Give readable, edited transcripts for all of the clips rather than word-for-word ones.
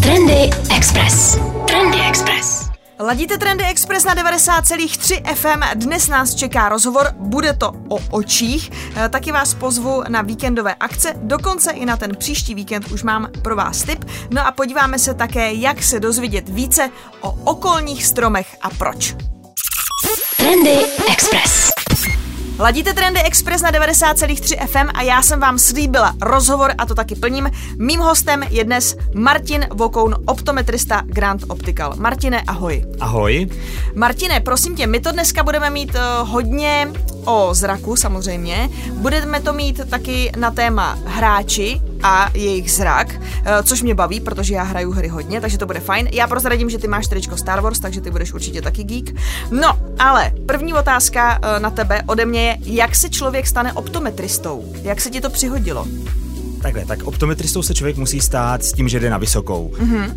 Trendy Express. Trendy Express. Ladíte Trendy Express na 90,3 FM. Dnes nás čeká rozhovor, bude to o očích. Taky vás pozvu na víkendové akce, dokonce i na ten příští víkend už mám pro vás tip. No a podíváme se také, jak se dozvědět více o okolních stromech a proč. Trendy Express. Ladíte Trendy Express na 90,3 FM a já jsem vám slíbila rozhovor a to taky plním. Mým hostem je dnes Martin Vokoun, optometrista Grand Optical. Martine, ahoj. Ahoj. Martine, prosím tě, my to dneska budeme mít hodně o zraku samozřejmě. Budeme to mít taky na téma hráči a jejich zrak, což mě baví, protože já hraju hry hodně, takže to bude fajn. Já prozradím, že ty máš tričko Star Wars, takže ty budeš určitě taky geek. No, ale první otázka na tebe ode mě je, jak se člověk stane optometristou? Jak se ti to přihodilo? Takhle, tak optometristou se člověk musí stát s tím, že jde na vysokou.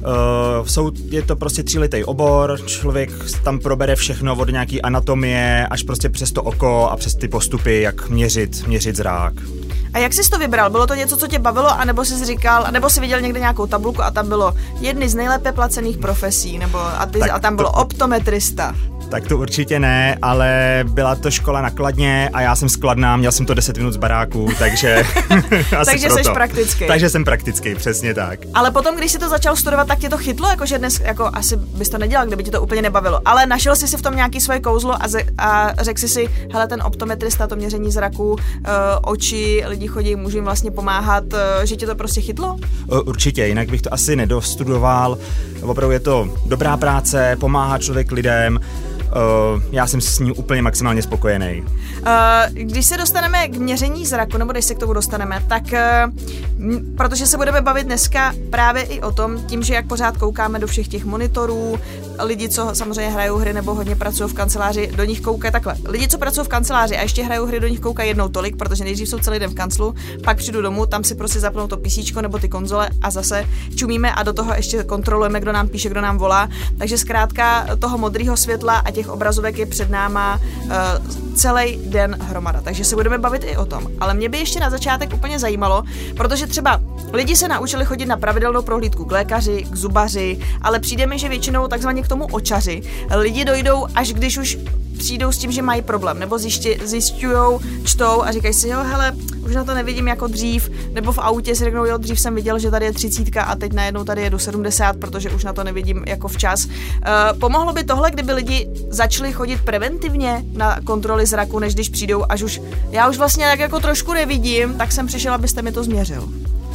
Je to prostě 3letý obor, člověk tam probere všechno od nějaký anatomie až prostě přes to oko a přes ty postupy, jak měřit zrák. A jak jsi to vybral? Bylo to něco, co tě bavilo, anebo jsi říkal, nebo jsi viděl někde nějakou tabulku a tam bylo jedny z nejlépe placených profesí, nebo a tam bylo optometrista? Tak to určitě ne, ale byla to škola na Kladně a já jsem z Kladna, měl jsem to 10 minut z baráku, takže takže jsi praktický. Takže jsem praktický, přesně tak. Ale potom, když jsi to začal studovat, tak tě to chytlo, jakože dnes, jako asi bys to nedělal, kdyby ti to úplně nebavilo, ale našel jsi si v tom nějaký svoje kouzlo a řekl jsi si, hele, ten optometrista, to měření zraku, oči, lidi chodí, můžu jim vlastně pomáhat, že tě to prostě chytlo? Určitě, jinak bych to asi nedostudoval. Opravdu je to dobrá práce, pomáhá člověk lidem. Já jsem s ním úplně maximálně spokojený. Když se dostaneme k měření zraku, nebo když se k tomu dostaneme, tak protože se budeme bavit dneska právě i o tom, tím, že jak pořád koukáme do všech těch monitorů, lidi, co samozřejmě hrajou hry nebo hodně pracují v kanceláři, do nich koukají takhle. Lidi, co pracují v kanceláři a ještě hrajou hry, do nich koukají jednou tolik, protože nejdřív jsou celý den v kanclu, pak přijdu domů, tam si prostě zapnou to PCčko nebo ty konzole a zase čumíme a do toho ještě kontrolujeme, kdo nám píše, kdo nám volá. Takže zkrátka toho modrého světla a těch obrazovek je před náma celý den hromada. Takže se budeme bavit i o tom. Ale mě by ještě na začátek úplně zajímalo, protože třeba lidi se naučili chodit na pravidelnou prohlídku k lékaři, k zubaři, ale přijde mi, že většinou takzvaně k tomu očaři lidi dojdou, až když už přijdou s tím, že mají problém, nebo zjišťujou, čtou a říkají si, jo, hele, už na to nevidím jako dřív, nebo v autě si řeknou, jo, dřív jsem viděl, že tady je 30 a teď najednou tady jedu 70, protože už na to nevidím jako včas. Pomohlo by tohle, kdyby lidi začali chodit preventivně na kontroly zraku, než když přijdou, až už, já už vlastně tak jako trošku nevidím, tak jsem přišel, abyste mi to změřil.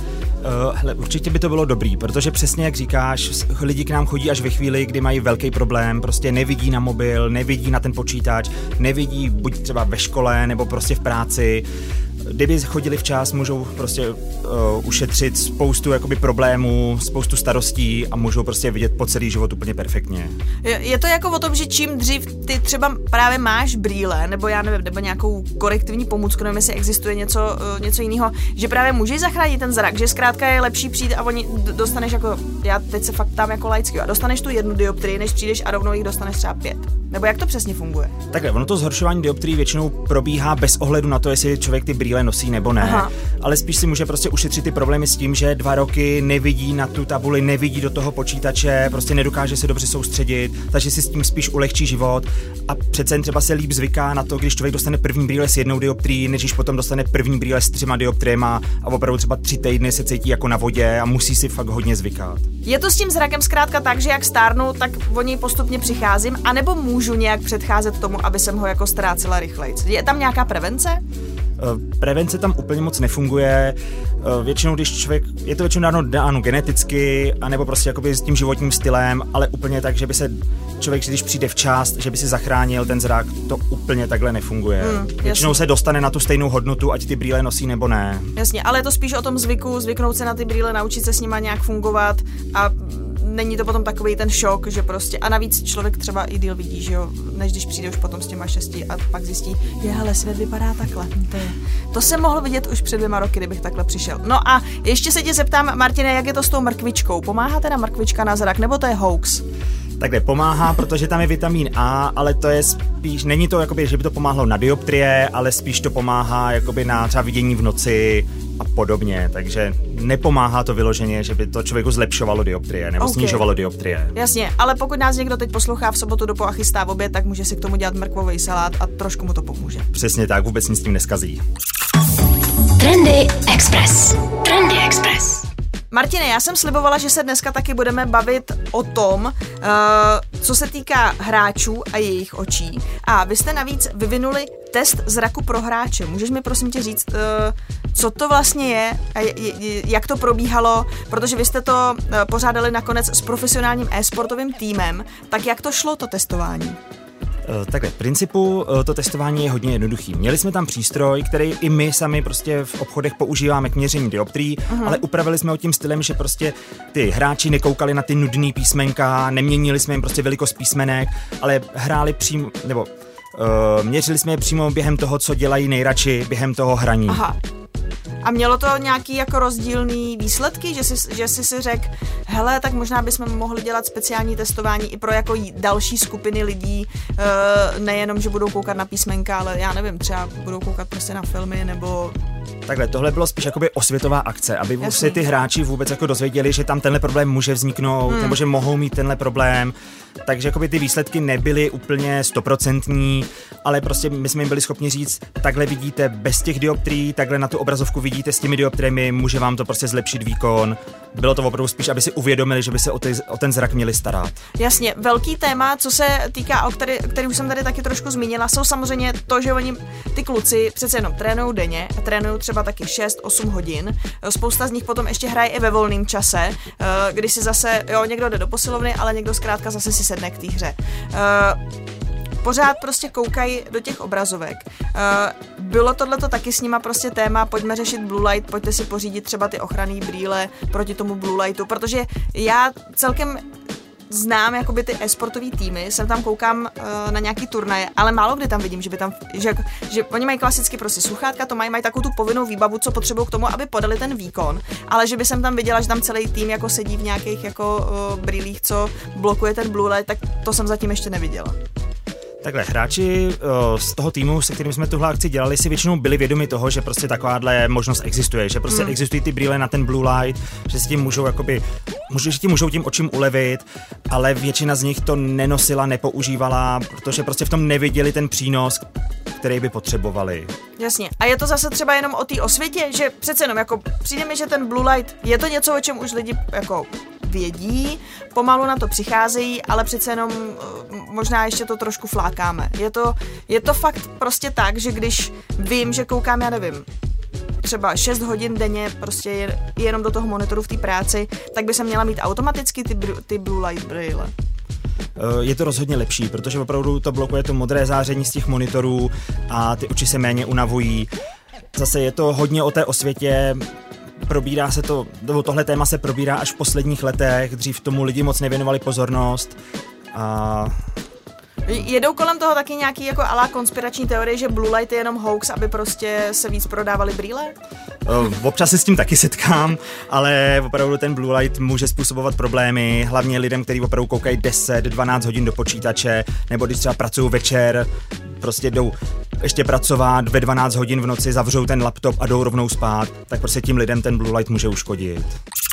Hele, určitě by to bylo dobrý, protože přesně jak říkáš, lidi k nám chodí až ve chvíli, kdy mají velký problém, prostě nevidí na mobil, nevidí na ten počítač, nevidí buď třeba ve škole nebo prostě v práci. Kdyby chodili včas, můžou prostě ušetřit spoustu jakoby problémů, spoustu starostí a můžou prostě vidět po celý život úplně perfektně. Je to jako o tom, že čím dřív ty třeba právě máš brýle, nebo já nevím, nebo nějakou korektivní pomůcku, nevím, jestli existuje něco jiného, že právě můžeš zachránit ten zrak, že zkrátka je lepší přijít a oni dostaneš jako, já teď se fakt tam jako laicky, a dostaneš tu 1 dioptrii, než přijdeš a rovnou jich dostaneš třeba 5. Nebo jak to přesně funguje? Takhle, ono to zhoršování dioptrií většinou probíhá bez ohledu na to, jestli člověk ty brýle nosí nebo ne. Aha. Ale spíš si může prostě ušetřit ty problémy s tím, že 2 roky nevidí na tu tabuli, nevidí do toho počítače, prostě nedokáže se dobře soustředit, takže si s tím spíš ulehčí život a přece třeba se líp zvyká na to, když člověk dostane první brýle s 1 dioptrií, než když potom dostane první brýle s 3 dioptriema a opravdu třeba 3 týdny se cítí jako na vodě a musí si fakt hodně zvykat. Je to s tím zrakem zkrátka tak, že jak stárnu, tak o něj postupně přicházím, anebo můžu nějak předcházet tomu, aby jsem ho jako ztrácela rychleji? Je tam nějaká prevence? Prevence tam úplně moc nefunguje. Většinou, když člověk, je to většinou dáno geneticky, anebo prostě jakoby s tím životním stylem, ale úplně tak, že by se člověk, když přijde včas, že by si zachránil ten zrak, to úplně takhle nefunguje. Většinou se dostane na tu stejnou hodnotu, ať ty brýle nosí nebo ne. Jasně, ale je to spíš o tom zvyknout se na ty brýle, naučit se s nima nějak fungovat a není to potom takový ten šok, že prostě a navíc člověk třeba i díl vidí, že jo, než když přijde už potom s těma 6 a pak zjistí, je hele, svět vypadá takhle. To jsem mohl vidět už před 2 roky, kdybych takhle přišel. No a ještě se tě zeptám, Martine, jak je to s tou mrkvičkou? Pomáhá teda mrkvička na zrak, nebo to je hoax? Takhle pomáhá, protože tam je vitamin A, ale to je spíš, není to jakoby, že by to pomáhalo na dioptrie, ale spíš to pomáhá jakoby na třeba vidění v noci a podobně, takže nepomáhá to vyloženě, že by to člověku zlepšovalo dioptrie nebo snižovalo dioptrie. Jasně, ale pokud nás někdo teď poslouchá v sobotu dopo a chystá v oběd, tak může si k tomu dělat mrkvový salát a trošku mu to pomůže. Přesně tak, vůbec nic s tím neskazí. Trendy Express. Trendy Express. Martine, já jsem slibovala, že se dneska taky budeme bavit o tom, co se týká hráčů a jejich očí. A vy jste navíc vyvinuli test zraku pro hráče. Můžeš mi prosím tě říct, co to vlastně je a jak to probíhalo, protože vy jste to pořádali nakonec s profesionálním e-sportovým týmem, tak jak to šlo, to testování? Takhle, v principu to testování je hodně jednoduchý. Měli jsme tam přístroj, který i my sami prostě v obchodech používáme k měření dioptrií, ale upravili jsme ho tím stylem, že prostě ty hráči nekoukali na ty nudný písmenka, neměnili jsme jim prostě velikost písmenek, ale hráli přímo, nebo měřili jsme je přímo během toho, co dělají nejradši, během toho hraní. Aha. A mělo to nějaký jako rozdílný výsledky, že jsi si řekl, hele, tak možná bychom mohli dělat speciální testování i pro jako další skupiny lidí, nejenom, že budou koukat na písmenka, ale já nevím, třeba budou koukat prostě na filmy nebo... Takhle, tohle bylo spíš jakoby osvětová akce, aby si ty hráči vůbec jako dozvěděli, že tam tenhle problém může vzniknout, nebo že mohou mít tenhle problém. Takže jakoby ty výsledky nebyly úplně 100%, ale prostě my jsme jim byli schopni říct, takhle vidíte bez těch dioptrií, takhle na tu obrazovku vidíte s těmi dioptriemi, může vám to prostě zlepšit výkon. Bylo to opravdu spíš, aby si uvědomili, že by se o ten zrak měli starat. Jasně, velký téma, co se týká, který už jsem tady taky trošku zmínila, jsou samozřejmě to, že oni, ty kluci, přece jenom trénují denně a trénují třeba taky 6-8 hodin. Spousta z nich potom ještě hraje i ve volném čase, kdy si zase, někdo jde do posilovny, ale někdo zkrátka zase si sedne k té hře. Pořád prostě koukají do těch obrazovek. Bylo tohleto taky s nima prostě téma, pojďme řešit blue light, pojďte si pořídit třeba ty ochranný brýle proti tomu blue lightu, protože já celkem znám jakoby ty e-sportový týmy, jsem tam koukám na nějaký turnaje, ale málo kdy tam vidím, že oni mají klasicky prostě sluchátka, to mají takovou tu povinnou výbavu, co potřebují k tomu, aby podali ten výkon, ale že by jsem tam viděla, že tam celý tým jako sedí v nějakých jako brýlích, co blokuje ten blue light, tak to jsem zatím ještě neviděla. Takhle, hráči z toho týmu, se kterým jsme tuhle akci dělali, si většinou byli vědomi toho, že prostě takováhle možnost existuje, že prostě existují ty brýle na ten blue light, že si tím můžou můžou tím očím ulevit, ale většina z nich to nenosila, nepoužívala, protože prostě v tom neviděli ten přínos, který by potřebovali. Jasně. A je to zase třeba jenom o té osvětě, že přece jenom jako přijde mi, že ten blue light je to něco, o čem už lidi jako vědí, pomalu na to přicházejí, ale přece jenom možná ještě to trošku flákáme. Je to fakt prostě tak, že když vím, že koukám, já nevím, třeba 6 hodin denně prostě jenom do toho monitoru v té práci, tak by se měla mít automaticky ty blue light brýle. Je to rozhodně lepší, protože opravdu to blokuje to modré záření z těch monitorů a ty oči se méně unavují. Zase je to hodně o té osvětě, probírá se to, tohle téma se probírá až v posledních letech, dřív tomu lidi moc nevěnovali pozornost a... Jedou kolem toho taky nějaký jako alá konspirační teorie, že blue light je jenom hoax, aby prostě se víc prodávaly brýle? Občas se s tím taky setkám, ale opravdu ten blue light může způsobovat problémy, hlavně lidem, kteří opravdu koukají 10-12 hodin do počítače, nebo když třeba pracují večer, prostě jdou ještě pracovat ve 12 hodin v noci, zavřou ten laptop a jdou rovnou spát, tak prostě tím lidem ten blue light může uškodit.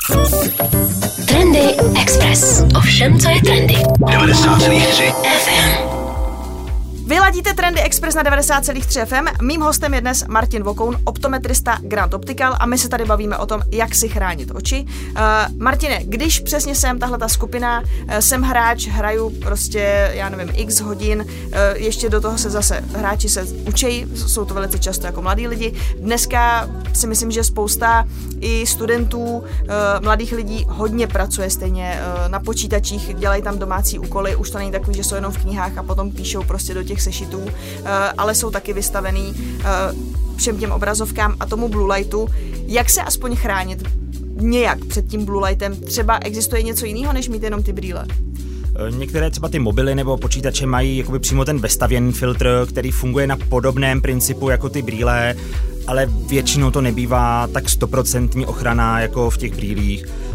Trendy Express. Ovšem, co je trendy? 90,3 FM. Vy ladíte Trendy Express na 90,3 FM. Mým hostem je dnes Martin Vokoun, optometrista Grand Optical a my se tady bavíme o tom, jak si chránit oči. Martine, když přesně jsem tahleta skupina, jsem hráč, hraju prostě, já nevím, x hodin, ještě do toho se zase hráči se učejí, jsou to velice často jako mladí lidi. Dneska si myslím, že spousta i studentů, mladých lidí hodně pracuje stejně na počítačích, dělají tam domácí úkoly, už to není takový, že jsou jenom v knihách a potom píšou prostě do těch sešitů, ale jsou taky vystavený všem těm obrazovkám a tomu blue lightu. Jak se aspoň chránit nějak před tím blue lightem? Třeba existuje něco jiného, než mít jenom ty brýle? Některé třeba ty mobily nebo počítače mají jakoby přímo ten vestavěný filtr, který funguje na podobném principu jako ty brýle, ale většinou to nebývá tak 100% ochrana jako v těch brýlích.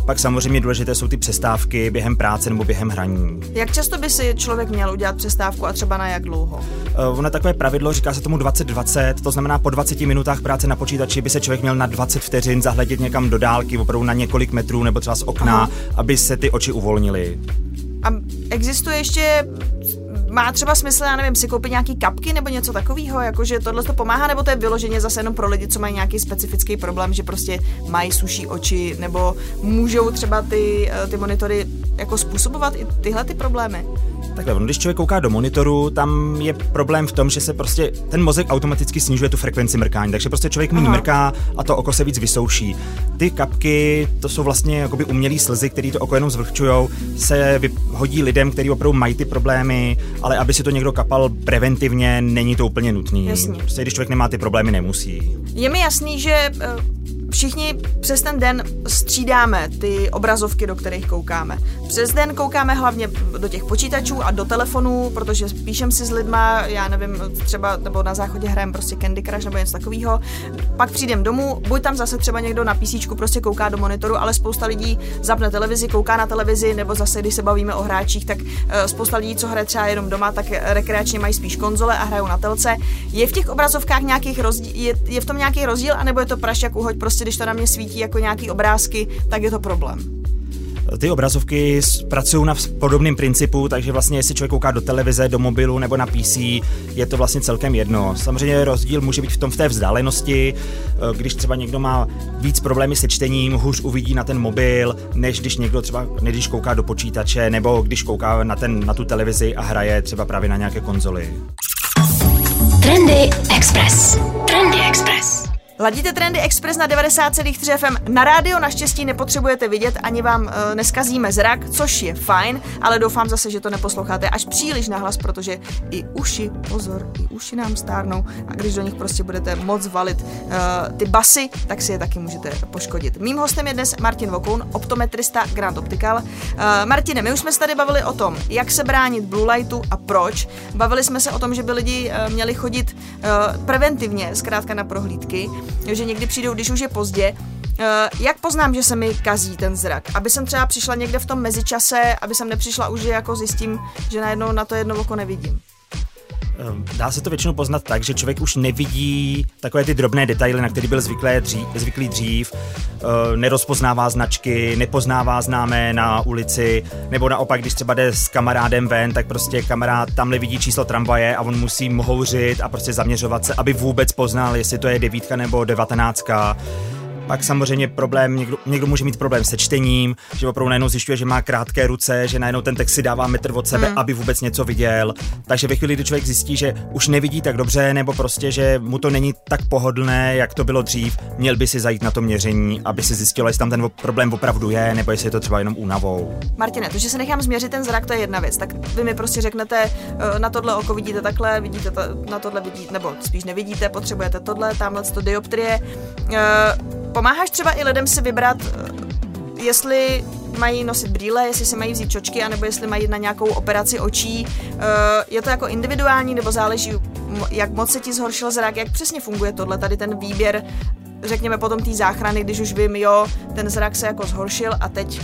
Pak samozřejmě důležité jsou ty přestávky během práce nebo během hraní. Jak často by si člověk měl udělat přestávku a třeba na jak dlouho? Ono takové pravidlo, říká se tomu 20-20, to znamená po 20 minutách práce na počítači by se člověk měl na 20 vteřin zahledět někam do dálky, opravdu na několik metrů nebo třeba z okna, aby se ty oči uvolnily. A existuje ještě, má třeba smysl, já nevím, si koupit nějaký kapky nebo něco takového, jakože tohle to pomáhá, nebo to je vyloženě zase jenom pro lidi, co mají nějaký specifický problém, že prostě mají suší oči, nebo můžou třeba ty monitory jako způsobovat i tyhle ty problémy? Takhle, když člověk kouká do monitoru, tam je problém v tom, že se prostě ten mozek automaticky snižuje tu frekvenci mrkání, takže prostě člověk méně mrká a to oko se víc vysouší. Ty kapky, to jsou vlastně jakoby umělý slzy, které to oko jenom zvlhčujou, se hodí lidem, kteří opravdu mají ty problémy, ale aby si to někdo kapal preventivně, není to úplně nutný. Jasně. Prostě když člověk nemá ty problémy, nemusí. Je mi jasný, že všichni přes ten den střídáme ty obrazovky, do kterých koukáme. Přes den koukáme hlavně do těch počítačů a do telefonů, protože píšem si s lidma, já nevím, třeba nebo na záchodě hrajeme prostě Candy Crush nebo něco takového. Pak přijdem domů, buď tam zase třeba někdo na PCčku prostě kouká do monitoru, ale spousta lidí zapne televizi, kouká na televizi, nebo zase, když se bavíme o hráčích, tak spousta lidí, co hraje třeba jenom doma, tak rekreačně mají spíš konzole a hrajou na telce. Je v těch obrazovkách nějakých je v tom nějaký rozdíl, anebo je to prašť jak uhoď, prostě když to na mě svítí jako nějaký obrázky, tak je to problém. Ty obrazovky pracují na podobném principu, takže vlastně jestli člověk kouká do televize, do mobilu nebo na PC, je to vlastně celkem jedno. Samozřejmě rozdíl může být v té vzdálenosti, když třeba někdo má víc problémy se čtením, hůř uvidí na ten mobil, než když někdo třeba když kouká do počítače nebo když kouká na tu televizi a hraje třeba právě na nějaké konzoli. Trendy Express. Trendy Express. Ladíte Trendy Express na 90,3 FM. Na rádio naštěstí nepotřebujete vidět, ani vám neskazíme zrak, což je fajn, ale doufám zase, že to neposloucháte až příliš nahlas, protože i uši nám stárnou a když do nich prostě budete moc valit ty basy, tak si je taky můžete poškodit. Mým hostem je dnes Martin Vokoun, optometrista Grand Optical. Martine, my už jsme se tady bavili o tom, jak se bránit blue lightu a proč. Bavili jsme se o tom, že by lidi měli chodit preventivně, zkrátka na prohlídky, že někdy přijdou, když už je pozdě. Jak poznám, že se mi kazí ten zrak? Aby jsem třeba přišla někde v tom mezičase, aby jsem nepřišla už, že jako zjistím, že najednou na to jedno oko nevidím. Dá se to většinou poznat tak, že člověk už nevidí takové ty drobné detaily, na které byl zvyklý dřív, nerozpoznává značky, nepoznává známé na ulici, nebo naopak, když třeba jde s kamarádem ven, tak prostě kamarád tamhle vidí číslo tramvaje a on musí houřit a prostě zaměřovat se, aby vůbec poznal, jestli to je 9 nebo 19. Pak samozřejmě problém, někdo může mít problém se čtením, že opravdu najednou zjišťuje, že má krátké ruce, že najednou ten text si dává metr od sebe, aby vůbec něco viděl. Takže ve chvíli, kdy člověk zjistí, že už nevidí tak dobře, nebo prostě, že mu to není tak pohodlné, jak to bylo dřív, měl by si zajít na to měření, aby si zjistil, jestli tam ten problém opravdu je, nebo jestli je to třeba jenom únavou. Martine, to, že se nechám změřit ten zrak, to je jedna věc. Tak vy mi prostě řeknete, na tohle oko vidíte takhle, na tohle vidíte, nebo spíš nevidíte, potřebujete tohle, tamhle to dioptrie. Pomáháš třeba i lidem si vybrat, jestli mají nosit brýle, jestli si mají vzít čočky, anebo jestli mají jít na nějakou operaci očí. Je to jako individuální, nebo záleží, jak moc se ti zhoršil zrak, jak přesně funguje tohle, tady ten výběr, řekněme potom té záchrany, když už vím, jo, ten zrak se jako zhoršil a teď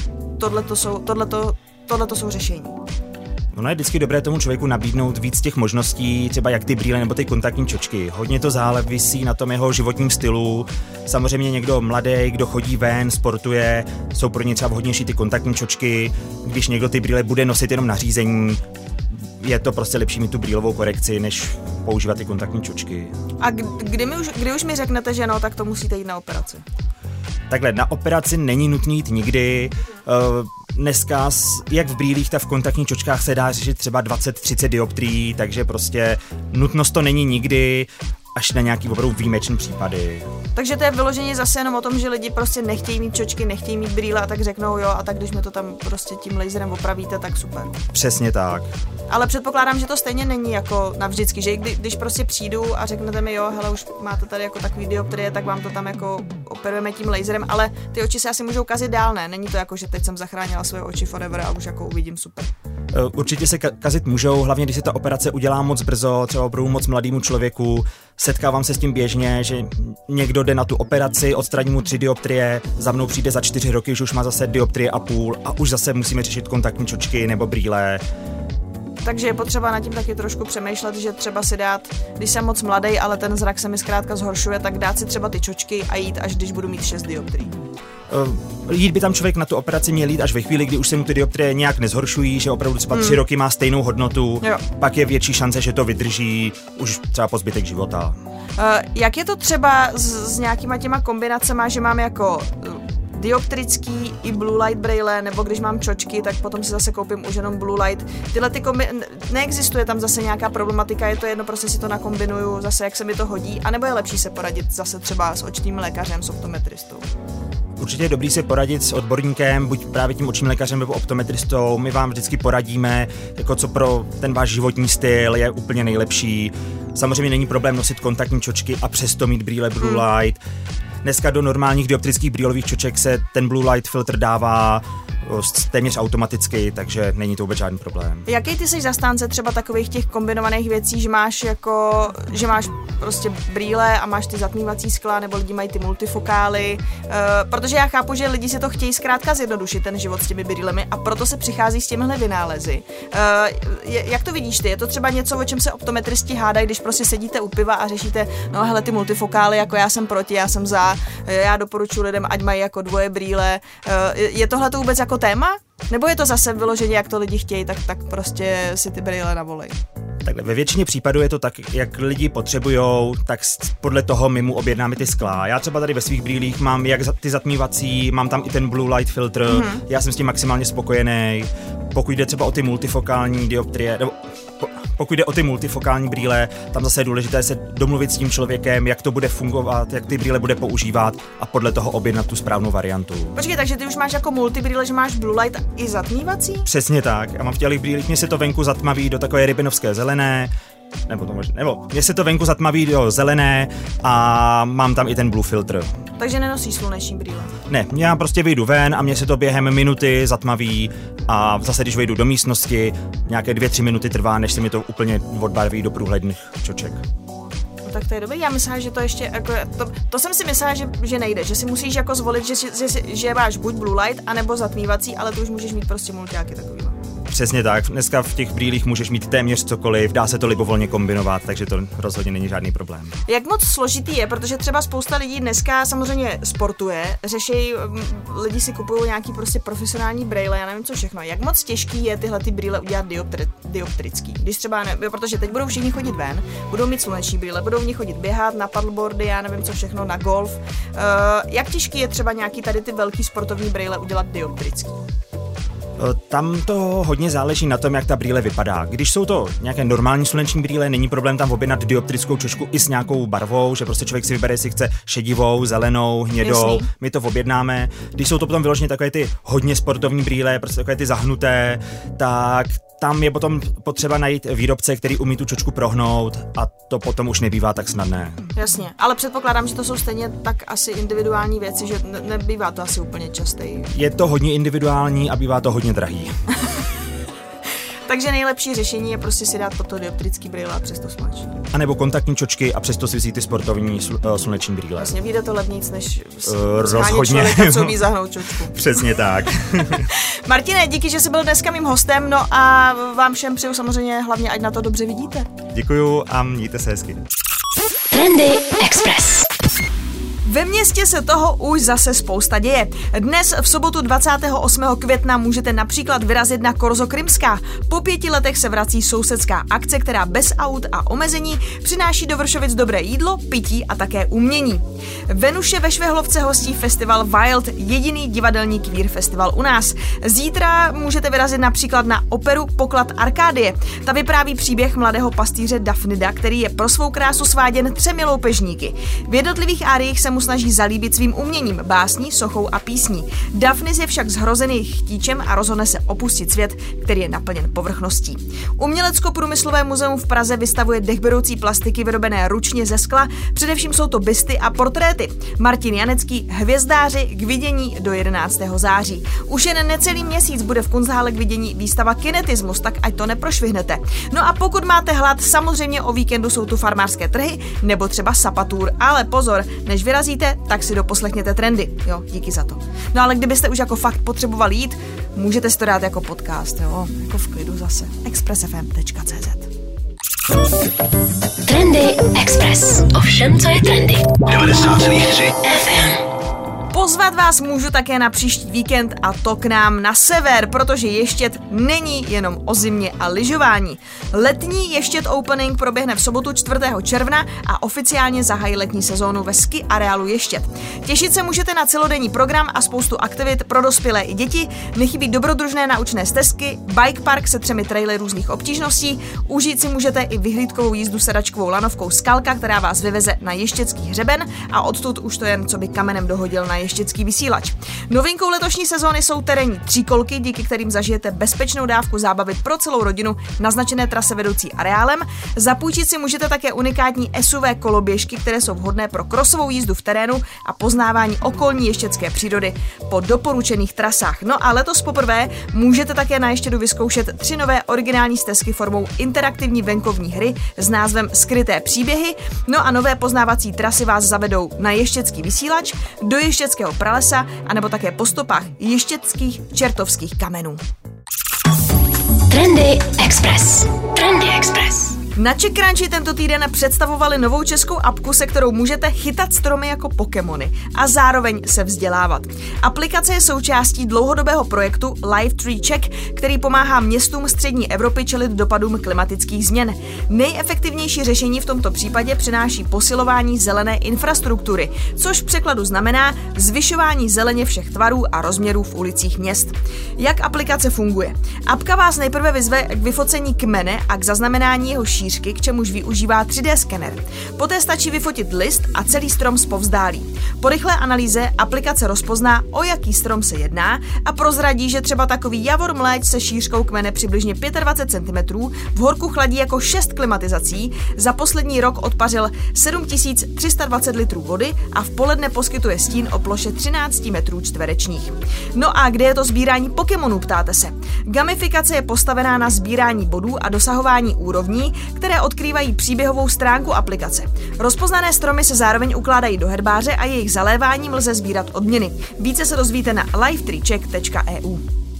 tohleto jsou řešení. Ono je vždycky dobré tomu člověku nabídnout víc těch možností, třeba jak ty brýle nebo ty kontaktní čočky. Hodně to závisí na tom jeho životním stylu. Samozřejmě někdo mladý, kdo chodí ven, sportuje, jsou pro ně třeba vhodnější ty kontaktní čočky. Když někdo ty brýle bude nosit jenom na řízení, je to prostě lepší mít tu brýlovou korekci, než používat ty kontaktní čočky. A kdy už mi řeknete, že no, tak to musíte jít na operaci? Takhle, na operaci není nutný jít nikdy. Dneska, jak v brýlích, tak v kontaktních čočkách se dá řešit třeba 20-30 dioptrií, takže prostě nutnost to není nikdy, až na nějaký opravdu výjimečný případy. Takže to je vyloženě zase jenom o tom, že lidi prostě nechtějí mít čočky, nechtějí mít brýle a tak řeknou jo, a tak když mi to tam prostě tím laserem opravíte, tak super. Přesně tak. Ale předpokládám, že to stejně není jako navždycky, že když prostě přijdu a řeknete mi jo, hele, už máte tady jako takový dioptrie, tak vám to tam jako operujeme tím laserem, ale ty oči se asi můžou kazit dál, ne? Není to jako, že teď jsem zachránila svoje oči forever a už jako uvidím super. Určitě se kazit můžou, hlavně když se ta operace udělá moc brzo, třeba opravdu moc mladému člověku. Setkávám se s tím běžně, že někdo jde na tu operaci, odstraní mu 3 dioptrie, za mnou přijde za 4 roky, že už má zase dioptrie a půl a už zase musíme řešit kontaktní čočky nebo brýle. Takže je potřeba nad tím taky trošku přemýšlet, že třeba si dát, když jsem moc mladý, ale ten zrak se mi zkrátka zhoršuje, tak dát si třeba ty čočky a jít, až když budu mít 6 dioptrií. Jít by tam člověk na tu operaci měl jít až ve chvíli, kdy už se mu ty dioptrie nějak nezhoršují, že opravdu třeba 3 roky má stejnou hodnotu, pak je větší šance, že to vydrží už třeba po zbytek života. Jak je to třeba s nějakýma těma kombinacema, že mám jako dioptrický i blue light brejle, nebo když mám čočky, tak potom si zase koupím už jenom blue light. Tyhle ty neexistuje tam zase nějaká problematika, je to jedno, prostě si to nakombinuju zase, jak se mi to hodí, anebo je lepší se poradit zase třeba s očním lékařem, s optometristou? Určitě je dobrý se poradit s odborníkem, buď právě tím očním lékařem nebo optometristou. My vám vždycky poradíme, jako co pro ten váš životní styl je úplně nejlepší. Samozřejmě není problém nosit kontaktní čočky a přesto mít brýle blue light. Dneska do normálních dioptrických brýlových čoček se ten blue light filtr dává téměř automaticky, takže není to vůbec žádný problém. Jaký ty jsi zastánce třeba takových těch kombinovaných věcí, že máš prostě brýle a máš ty zatmívací skla, nebo lidi mají ty multifokály, protože já chápu, že lidi si to chtějí zkrátka zjednodušit ten život s těmi brýlemi a proto se přichází s těmihle vynálezy. Jak to vidíš ty? Je to třeba něco, o čem se optometristi hádají, když prostě sedíte u piva a řešíte, no hele, ty multifokály, jako já jsem proti, já jsem za, já doporučuji lidem, ať mají jako dvoje brýle. Je tohle to vůbec jako téma? Nebo je to zase vyloženě, jak to lidi chtějí, tak prostě si ty brýle navolej? Takhle, ve většině případů je to tak, jak lidi potřebujou, tak podle toho my mu objednáme ty skla. Já třeba tady ve svých brýlích mám jak ty zatmívací, mám tam i ten blue light filtr, já jsem s tím maximálně spokojený. Pokud jde třeba o ty multifokální dioptrie, nebo pokud jde o ty multifokální brýle, tam zase je důležité se domluvit s tím člověkem, jak to bude fungovat, jak ty brýle bude používat a podle toho objednat tu správnou variantu. Počkej, takže ty už máš jako multibrýle, že máš blue light i zatmívací? Přesně tak. Já mám v těch brýlích, mně se to venku zatmaví do takové rybinovské zelené, nebo mně se to venku zatmaví do zelené a mám tam i ten blue filtr. Takže nenosíš sluneční brýle? Ne, já prostě vyjdu ven a mně se to během minuty zatmaví a zase když vejdu do místnosti, nějaké 2-3 minuty trvá, než se mi to úplně odbarví do průhledných čoček. No tak to je dobrý, já myslím, že to ještě, jako, to jsem si myslela, že nejde, že si musíš jako zvolit, že máš buď blue light, anebo zatmívací, ale ty už můžeš mít prostě multiáky takovýhle. Přesně tak, dneska v těch brýlích můžeš mít téměř cokoliv, dá se to libovolně kombinovat, takže to rozhodně není žádný problém. Jak moc složitý je, protože třeba spousta lidí dneska samozřejmě sportuje, lidi si kupují nějaký prostě profesionální brýle, já nevím co všechno. Jak moc těžký je tyhle ty brýle udělat dioptrický? Když třeba protože teď budou všichni chodit ven, budou mít sluneční brýle, budou v nich chodit běhat na paddleboardy, já nevím co všechno, na golf. Jak těžký je třeba nějaký tady ty velký sportovní brýle udělat dioptrický? Tam to hodně záleží na tom, jak ta brýle vypadá. Když jsou to nějaké normální sluneční brýle, není problém tam objednat dioptrickou čočku i s nějakou barvou, že prostě člověk si vybere, jestli chce šedivou, zelenou, hnědou, jasný. My to objednáme. Když jsou to potom vyloženě takové ty hodně sportovní brýle, prostě takové ty zahnuté, tak tam je potom potřeba najít výrobce, který umí tu čočku prohnout a to potom už nebývá tak snadné. Jasně, ale předpokládám, že to jsou stejně tak asi individuální věci, že nebývá to asi úplně častý. Je to hodně individuální a bývá to hodně drahý. Takže nejlepší řešení je prostě si dát toto dioptrický brýle a přesto sluneční. A nebo kontaktní čočky a přesto si vzít ty sportovní sluneční brýle. Vlastně vyjde to levníc, než rozhodně člověka, co umí zahnout čočku. Přesně tak. Martine, díky, že jsi byl dneska mým hostem, no a vám všem přeju samozřejmě hlavně, ať na to dobře vidíte. Děkuju a mějte se hezky. Trendy Express. Ve městě se toho už zase spousta děje. Dnes v sobotu 28. května můžete například vyrazit na Korzo Krymská. Po 5 letech se vrací sousedská akce, která bez aut a omezení přináší do Vršovic dobré jídlo, pití a také umění. Venuše ve Švehlovce hostí festival Wild, jediný divadelní queer festival u nás. Zítra můžete vyrazit například na operu Poklad Arkádie. Ta vypráví příběh mladého pastýře Dafnida, který je pro svou krásu sváděn 3 loupežníky. V jednotlivých áriích se mu snaží zalíbit svým uměním, básní, sochou a písní. Daphnis je však zhrozený chtíčem a rozhodne se opustit svět, který je naplněn povrchností. Umělecko-průmyslové muzeum v Praze vystavuje dechberoucí plastiky vyrobené ručně ze skla, především jsou to bysty a portréty. Martin Janecký, Hvězdáři, k vidění do 11. září. Už jen necelý měsíc bude v Kunsthále k vidění výstava Kinetismus, tak ať to neprošvihnete. No a pokud máte hlad, samozřejmě o víkendu jsou tu farmářské trhy nebo třeba Sapatur, ale pozor, než vyrazíte, tak si doposlechněte trendy. Jo, díky za to. No ale kdybyste už jako fakt potřebovali jít, můžete si to dát jako podcast, jo, jako v klidu zase. expressfm.cz. Trendy Express. O všem, co je trendy. 90,3 FM. Pozvat vás můžu také na příští víkend a to k nám na sever, protože Ještěd není jenom o zimě a lyžování. Letní Ještěd Opening proběhne v sobotu 4. června a oficiálně zahájí letní sezónu ve ski areálu Ještěd. Těšit se můžete na celodenní program a spoustu aktivit pro dospělé i děti, nechybí dobrodružné naučné stezky, bike park se 3 trailery různých obtížností, užít si můžete i vyhlídkovou jízdu sedačkovou lanovkou Skalka, která vás vyveze na Ještědský hřeben a odtud už to jen co by kamenem dohodil na Ještědský vysílač. Novinkou letošní sezóny jsou terénní tříkolky, díky kterým zažijete bezpečnou dávku zábavy pro celou rodinu na značené trase vedoucí areálem. Zapůjčit si můžete také unikátní SUV koloběžky, které jsou vhodné pro krosovou jízdu v terénu a poznávání okolní ještědské přírody po doporučených trasách. No a letos poprvé můžete také na Ještědu vyzkoušet 3 nové originální stezky formou interaktivní venkovní hry s názvem Skryté příběhy. No a nové poznávací trasy vás zavedou na Ještědský vysílač, do Ještědského pralesa, anebo také po stopách ještědských čertovských kamenů. Trendy Express. Trendy Express. Na CzechCrunchi tento týden představovali novou českou apku, se kterou můžete chytat stromy jako Pokémony a zároveň se vzdělávat. Aplikace je součástí dlouhodobého projektu Live Tree Check, který pomáhá městům střední Evropy čelit dopadům klimatických změn. Nejefektivnější řešení v tomto případě přináší posilování zelené infrastruktury, což v překladu znamená zvyšování zeleně všech tvarů a rozměrů v ulicích měst. Jak aplikace funguje? Apka vás nejprve vyzve k vyfocení kmene a k zaznamenání jeho šířky, k čemuž využívá 3D skener. Poté stačí vyfotit list a celý strom zpovzdálí. Po rychlé analýze aplikace rozpozná, o jaký strom se jedná a prozradí, že třeba takový javor mléč se šířkou kmene přibližně 25 cm v horku chladí jako 6 klimatizací, za poslední rok odpařil 7320 litrů vody a v poledne poskytuje stín o ploše 13 metrů čtverečních. No a kde je to sbírání Pokémonů, ptáte se? Gamifikace je postavená na sbírání bodů a dosahování úrovní, které odkrývají příběhovou stránku aplikace. Rozpoznané stromy se zároveň ukládají do herbáře a jejich zaléváním lze sbírat odměny. Více se dozvíte na livetreecheck.eu.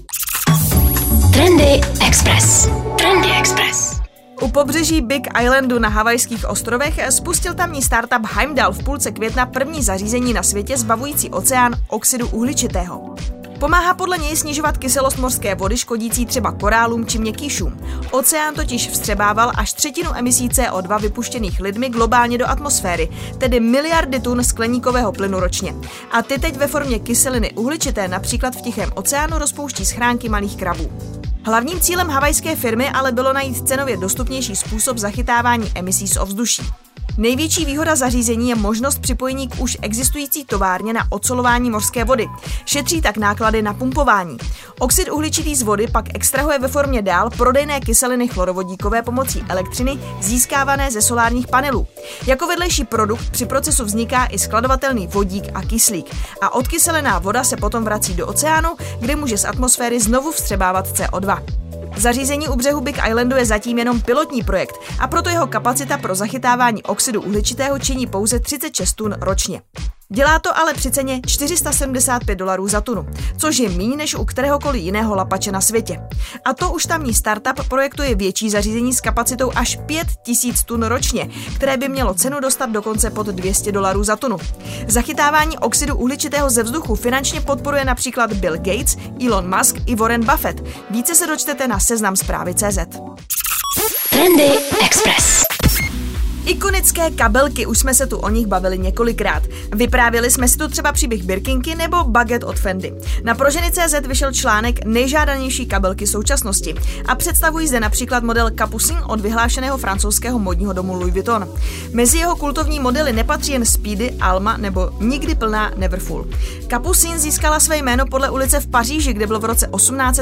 Trendy Express. Trendy Express. U pobřeží Big Islandu na Havajských ostrovech spustil tamní startup Heimdall v půlce května první zařízení na světě zbavující oceán oxidu uhličitého. Pomáhá podle něj snižovat kyselost mořské vody škodící třeba korálům či měkkýšům. Oceán totiž vstřebával až 1/3 emisí CO2 vypuštěných lidmi globálně do atmosféry, tedy miliardy tun skleníkového plynu ročně. A ty teď ve formě kyseliny uhličité například v Tichém oceánu rozpouští schránky malých krabů. Hlavním cílem havajské firmy ale bylo najít cenově dostupnější způsob zachytávání emisí z ovzduší. Největší výhoda zařízení je možnost připojení k už existující továrně na ocelování mořské vody. Šetří tak náklady na pumpování. Oxid uhličitý z vody pak extrahuje ve formě dál prodejné kyseliny chlorovodíkové pomocí elektřiny získávané ze solárních panelů. Jako vedlejší produkt při procesu vzniká i skladovatelný vodík a kyslík a odkyselená voda se potom vrací do oceánu, kde může z atmosféry znovu vstřebávat CO2. Zařízení u břehu Big Islandu je zatím jenom pilotní projekt a proto jeho kapacita pro zachytávání oxidu uhličitého činí pouze 36 tun ročně. Dělá to ale při ceně $475 za tunu, což je míň než u kteréhokoliv jiného lapače na světě. A to už tamní startup projektuje větší zařízení s kapacitou až 5000 tun ročně, které by mělo cenu dostat dokonce pod $200 za tunu. Zachytávání oxidu uhličitého ze vzduchu finančně podporuje například Bill Gates, Elon Musk i Warren Buffett. Více se dočtete na seznamzpravy.cz. Trendy Express. Ikonické kabelky, už jsme se tu o nich bavili několikrát. Vyprávěli jsme si tu třeba příběh Birkinky nebo baget od Fendi. Na Proženy.cz vyšel článek Nejžádanější kabelky současnosti a představují zde například model Capucine od vyhlášeného francouzského modního domu Louis Vuitton. Mezi jeho kultovní modely nepatří jen Speedy, Alma nebo nikdy plná Neverfull. Capucine získala své jméno podle ulice v Paříži, kde byl v roce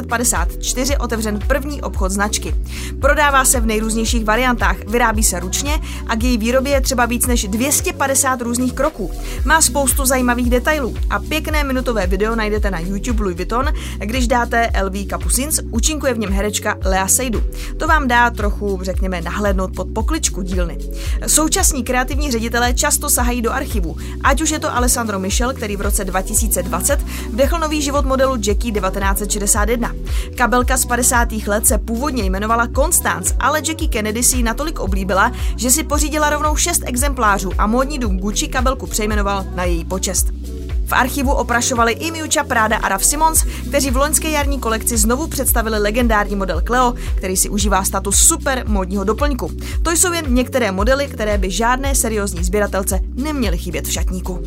1854 otevřen první obchod značky. Prodává se v nejrůznějších variantách, vyrábí se ručně a k její výrobě je třeba víc než 250 různých kroků. Má spoustu zajímavých detailů a pěkné minutové video najdete na YouTube Louis Vuitton, když dáte LV Capucines, účinkuje v něm herečka Lea Seydoux. To vám dá trochu, řekněme, nahlédnout pod pokličku dílny. Současní kreativní ředitelé často sahají do archivu, ať už je to Alessandro Michel, který v roce 2020 vdechl nový život modelu Jackie 1961. Kabelka z 50. let se původně jmenovala Constance, ale Jackie Kennedy si ji natolik oblíbila, že si pořídila rovnou 6 exemplářů a módní dům Gucci kabelku přejmenoval na její počest. V archivu oprašovali i Miuccia Prada a Raf Simons, kteří v loňské jarní kolekci znovu představili legendární model Cleo, který si užívá status super módního doplňku. To jsou jen některé modely, které by žádné seriózní sběratelce neměly chybět v šatníku.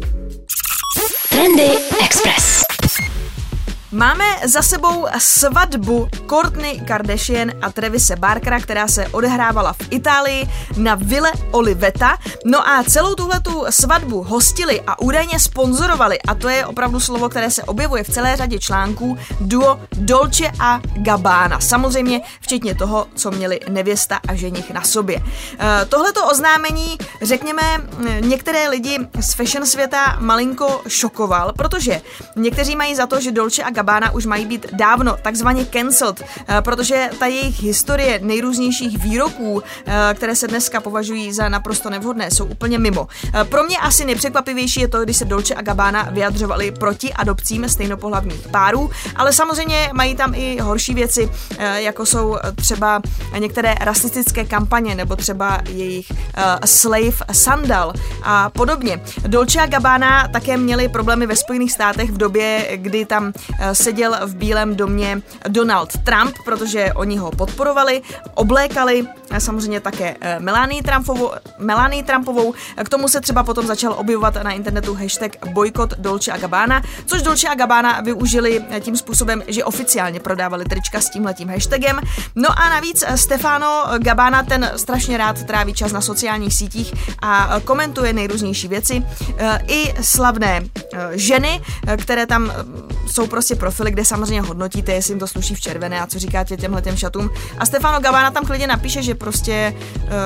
Trendy Express. Máme za sebou svatbu Kourtney Kardashian a Travise Barkera, která se odehrávala v Itálii na Ville Olivetta. No a celou tuhletu svatbu hostili a údajně sponzorovali, a to je opravdu slovo, které se objevuje v celé řadě článků, duo Dolce a Gabbana. Samozřejmě včetně toho, co měli nevěsta a ženich na sobě. Tohleto oznámení, řekněme, některé lidi z fashion světa malinko šokoval, protože někteří mají za to, že Dolce a Gabbana už mají být dávno takzvaně cancelled, protože ta jejich historie nejrůznějších výroků, které se dneska považují za naprosto nevhodné, jsou úplně mimo. Pro mě asi nejpřekvapivější je to, když se Dolce a Gabbana vyjadřovali proti adopcím stejnopohlavních párů, ale samozřejmě mají tam i horší věci, jako jsou třeba některé rasistické kampaně nebo třeba jejich slave sandal a podobně. Dolce a Gabbana také měli problémy ve Spojených státech v době, kdy tam seděl v Bílém domě Donald Trump, protože oni ho podporovali, oblékali samozřejmě také Melanii Trumpovou. K tomu se třeba potom začal objevovat na internetu hashtag bojkot Dolce a Gabbana, což Dolce a Gabbana využili tím způsobem, že oficiálně prodávali trička s tímhletím hashtagem. No a navíc Stefano Gabbana, ten strašně rád tráví čas na sociálních sítích a komentuje nejrůznější věci. I slavné ženy, které tam jsou prostě profily, kde samozřejmě hodnotíte, jestli jim to sluší v červené a co říkáte těmhletěm šatům. A Stefano Gabbana tam klidně napíše, že prostě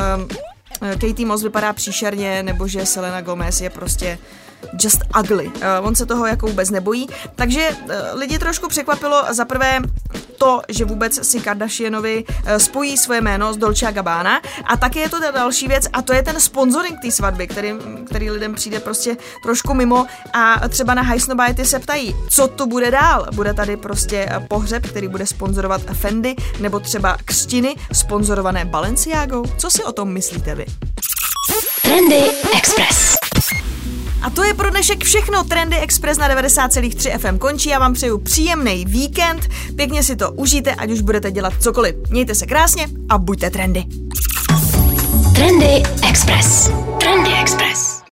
Katie Moss vypadá příšerně, nebo že Selena Gomez je prostě just ugly. On se toho jako vůbec nebojí. Takže lidi trošku překvapilo za prvé to, že vůbec si Kardashianovi spojí své jméno s Dolce a Gabbana, a také je to ta další věc a to je ten sponsoring té svatby, který lidem přijde prostě trošku mimo, a třeba na High Snobiety se ptají, co tu bude dál. Bude tady prostě pohřeb, který bude sponzorovat Fendi, nebo třeba křtiny sponzorované Balenciagou? Co si o tom myslíte vy? Trendy Express. A to je pro dnešek všechno. Trendy Express na 90,3 FM končí. Já vám přeju příjemný víkend. Pěkně si to užijte, ať už budete dělat cokoliv. Mějte se krásně a buďte trendy. Trendy Express. Trendy Express.